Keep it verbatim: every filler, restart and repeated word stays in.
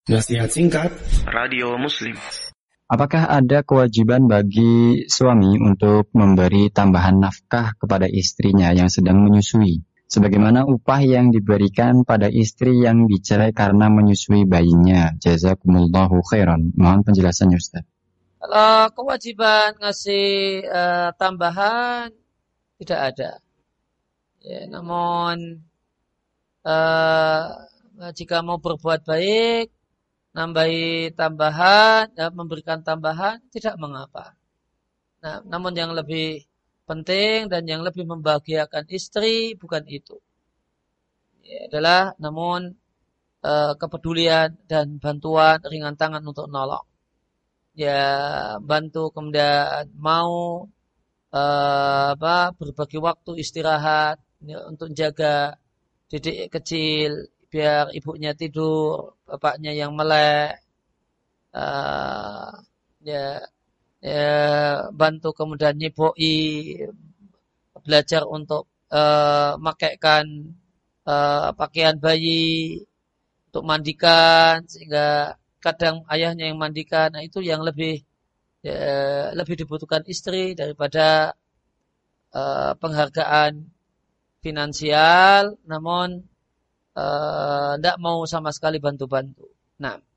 Nasihat singkat Radio Muslim. Apakah ada kewajiban bagi suami untuk memberi tambahan nafkah kepada istrinya yang sedang menyusui, sebagaimana upah yang diberikan pada istri yang dicerai karena menyusui bayinya? Jazakumullahu khairan. Mohon penjelasannya, Ustaz. Kalau kewajiban ngasih uh, tambahan tidak ada. Ya, namun uh, jika mau berbuat baik, nambahi tambahan, ya, memberikan tambahan tidak mengapa. Nah, namun yang lebih penting dan yang lebih membahagiakan istri bukan itu. Ya, adalah namun uh, kepedulian dan bantuan ringan tangan untuk nolong. Ya, bantu kemudian mau uh, apa berbagi waktu istirahat ya, untuk jaga didik kecil biar ibunya tidur, bapaknya yang melek, uh, ya, ya bantu kemudian nyiboi, belajar untuk uh, makaikan uh, pakaian bayi, untuk mandikan, sehingga kadang ayahnya yang mandikan. Nah, itu yang lebih ya, lebih dibutuhkan istri daripada uh, penghargaan finansial, namun tidak uh, mau sama sekali bantu-bantu. Nah.